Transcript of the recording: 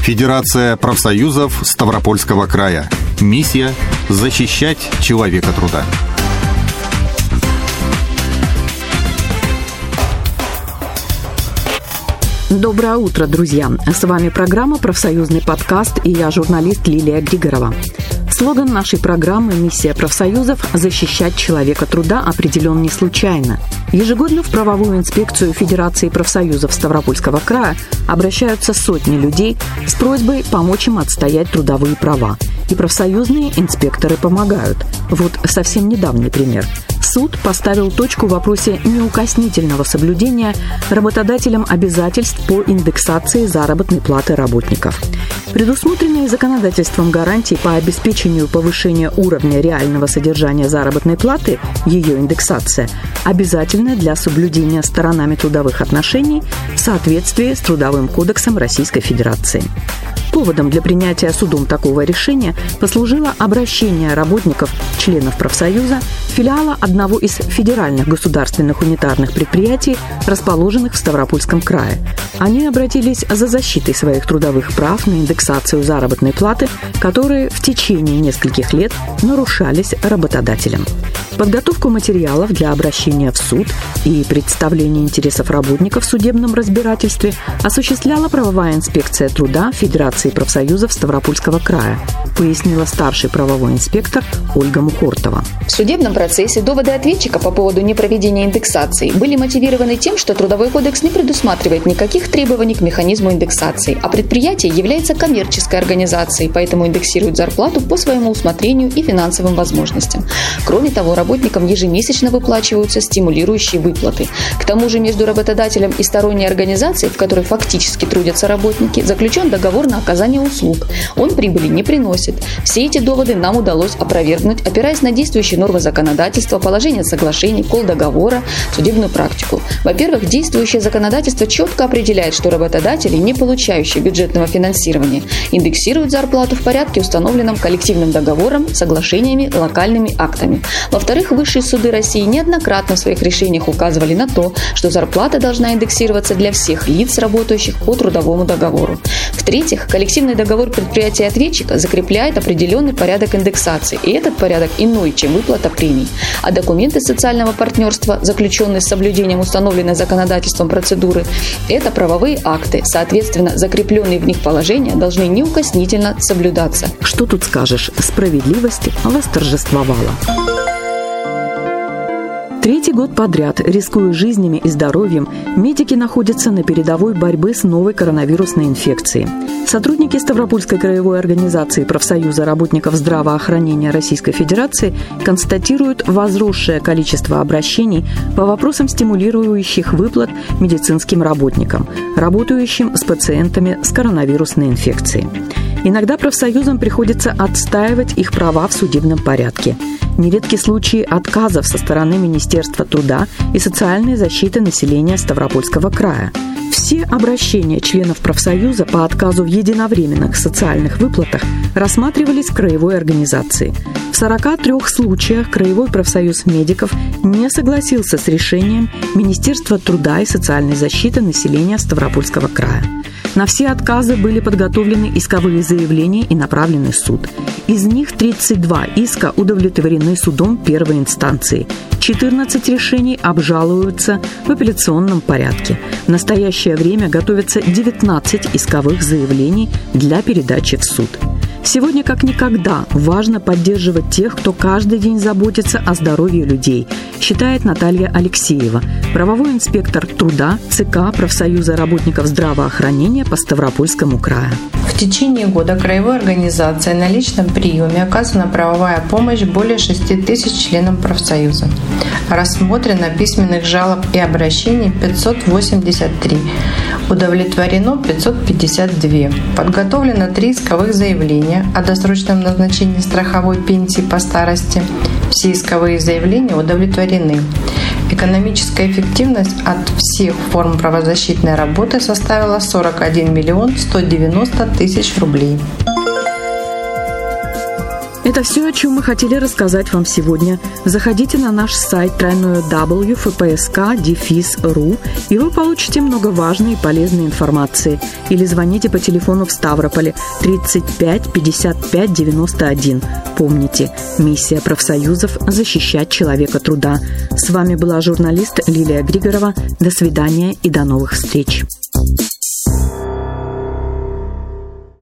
Федерация профсоюзов Ставропольского края. Миссия – защищать человека труда. Доброе утро, друзья! С вами программа «Профсоюзный подкаст» и я, журналист Лилия Григорова. Слоган нашей программы «Миссия профсоюзов – защищать человека труда» определен не случайно. Ежегодно в правовую инспекцию Федерации профсоюзов Ставропольского края обращаются сотни людей с просьбой помочь им отстоять трудовые права. И профсоюзные инспекторы помогают. Вот совсем недавний пример. Суд поставил точку в вопросе неукоснительного соблюдения работодателям обязательств по индексации заработной платы работников. Предусмотренные законодательством гарантии по обеспечению повышения уровня реального содержания заработной платы, ее индексация, обязательны для соблюдения сторонами трудовых отношений в соответствии с Трудовым кодексом Российской Федерации. Поводом для принятия судом такого решения послужило обращение работников, членов профсоюза, филиала одного из федеральных государственных унитарных предприятий, расположенных в Ставропольском крае. Они обратились за защитой своих трудовых прав на индексацию заработной платы, которые в течение нескольких лет нарушались работодателем. Подготовку материалов для обращения в суд и представление интересов работников в судебном разбирательстве осуществляла правовая инспекция труда Федерации профсоюзов Ставропольского края, пояснила старший правовой инспектор Ольга Мухортова. В судебном процессе доводы ответчика по поводу непроведения индексации были мотивированы тем, что Трудовой кодекс не предусматривает никаких требований к механизму индексации, а предприятие является коммерческой организацией, поэтому индексирует зарплату по своему усмотрению и финансовым возможностям. Кроме того, работникам ежемесячно выплачиваются стимулирующие выплаты. К тому же между работодателем и сторонней организацией, в которой фактически трудятся работники, заключен договор на оказание услуг. Он прибыли не приносит. Все эти доводы нам удалось опровергнуть, опираясь на действующие нормы законодательства, положения соглашений, колдоговора, судебную практику. Во-первых, действующее законодательство четко определяет, что работодатели, не получающие бюджетного финансирования, индексируют зарплату в порядке, установленном коллективным договором, соглашениями, локальными актами. Во-вторых, высшие суды России неоднократно в своих решениях указывали на то, что зарплата должна индексироваться для всех лиц, работающих по трудовому договору. В-третьих, коллективный договор предприятия-ответчика закрепляет определенный порядок индексации, и этот порядок иной, чем выплата премий. А документы социального партнерства, заключенные с соблюдением установленной законодательством процедуры, это правовые акты, соответственно, закрепленные в них положения должны неукоснительно соблюдаться. Что тут скажешь? Справедливость восторжествовала. Третий год подряд, рискуя жизнями и здоровьем, медики находятся на передовой борьбы с новой коронавирусной инфекцией. Сотрудники Ставропольской краевой организации профсоюза работников здравоохранения Российской Федерации констатируют возросшее количество обращений по вопросам стимулирующих выплат медицинским работникам, работающим с пациентами с коронавирусной инфекцией. Иногда профсоюзам приходится отстаивать их права в судебном порядке. Нередки случаи отказов со стороны Министерства труда и социальной защиты населения Ставропольского края. Все обращения членов профсоюза по отказу в единовременных социальных выплатах рассматривались краевой организацией. В 43 случаях Краевой профсоюз медиков не согласился с решением Министерства труда и социальной защиты населения Ставропольского края. На все отказы были подготовлены исковые заявления и направлены в суд. Из них 32 иска удовлетворены судом первой инстанции. 14 решений обжалуются в апелляционном порядке. В настоящее время готовятся 19 исковых заявлений для передачи в суд. Сегодня как никогда важно поддерживать тех, кто каждый день заботится о здоровье людей, считает Наталья Алексеева, правовой инспектор труда ЦК профсоюза работников здравоохранения по Ставропольскому краю. В течение года краевой организации на личном приеме оказана правовая помощь более 6 тысяч членам профсоюза. Рассмотрено письменных жалоб и обращений 583. Удовлетворено 552. Подготовлено 3 исковых заявления о досрочном назначении страховой пенсии по старости. Все исковые заявления удовлетворены. Экономическая эффективность от всех форм правозащитной работы составила 41 миллион 190 тысяч рублей. Это все, о чем мы хотели рассказать вам сегодня. Заходите на наш сайт www.fpsk.ru, и вы получите много важной и полезной информации. Или звоните по телефону в Ставрополе 35 55 91. Помните, миссия профсоюзов – защищать человека труда. С вами была журналист Лилия Григорова. До свидания и до новых встреч.